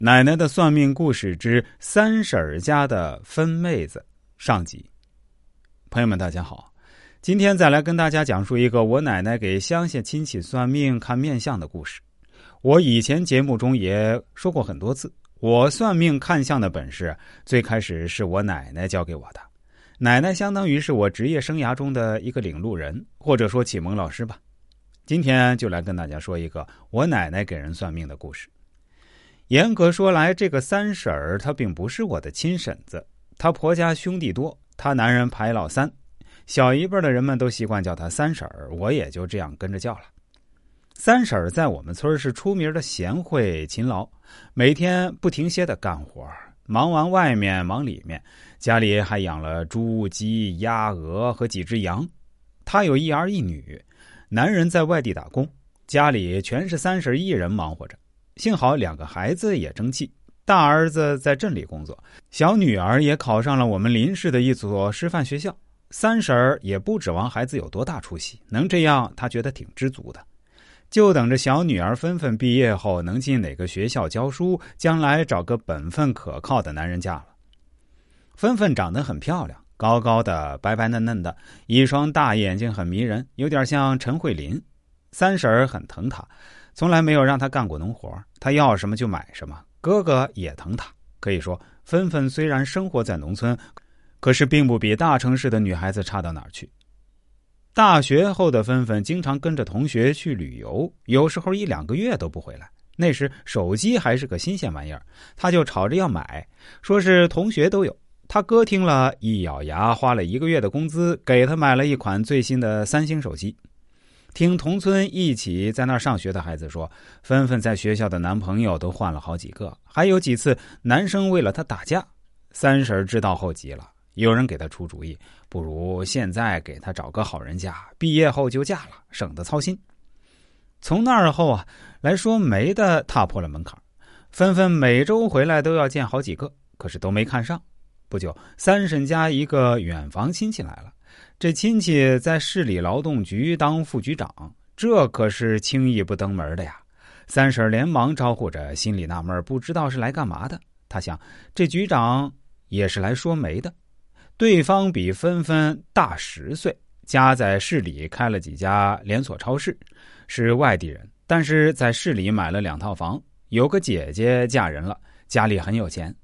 奶奶的算命故事之三婶儿家的分妹子上集。朋友们大家好，今天再来跟大家讲述一个我奶奶给乡下亲戚算命看面相的故事。我以前节目中也说过很多次，我算命看相的本事最开始是我奶奶教给我的。奶奶相当于是我职业生涯中的一个领路人，或者说启蒙老师吧。今天就来跟大家说一个我奶奶给人算命的故事。严格说来，这个三婶儿她并不是我的亲婶子，她婆家兄弟多，她男人排老三，小一辈的人们都习惯叫她三婶儿，我也就这样跟着叫了。三婶儿在我们村是出名的贤惠勤劳，每天不停歇的干活，忙完外面忙里面，家里还养了猪、鸡、鸭、鹅和几只羊。她有一儿一女，男人在外地打工，家里全是三婶儿一人忙活着。幸好两个孩子也争气，大儿子在镇里工作，小女儿也考上了我们邻市的一所师范学校。三婶儿也不指望孩子有多大出息，能这样她觉得挺知足的，就等着小女儿芬芬毕业后能进哪个学校教书，将来找个本分可靠的男人嫁了。芬芬长得很漂亮，高高的，白白嫩嫩的，一双大眼睛很迷人，有点像陈慧琳。三婶儿很疼她，从来没有让她干过农活，她要什么就买什么。哥哥也疼她，可以说芬芬虽然生活在农村，可是并不比大城市的女孩子差到哪儿去。大学后的芬芬经常跟着同学去旅游，有时候1-2个月都不回来。那时手机还是个新鲜玩意儿，她就吵着要买，说是同学都有。她哥听了一咬牙，花了1个月的工资给她买了一款最新的3星手机。听同村一起在那儿上学的孩子说，芬芬在学校的男朋友都换了好几个，还有几次男生为了她打架。三婶知道后急了，有人给她出主意，不如现在给她找个好人家，毕业后就嫁了，省得操心。从那儿后来说媒的踏破了门槛，芬芬每周回来都要见好几个，可是都没看上。不久，三婶家一个远房亲戚来了，这亲戚在市里劳动局当副局长，这可是轻易不登门的呀。三婶连忙招呼着，心里纳闷，不知道是来干嘛的。他想，这局长也是来说媒的。对方比芬芬大10岁，家在市里开了几家连锁超市，是外地人，但是在市里买了2套房，有个姐姐嫁人了，家里很有钱。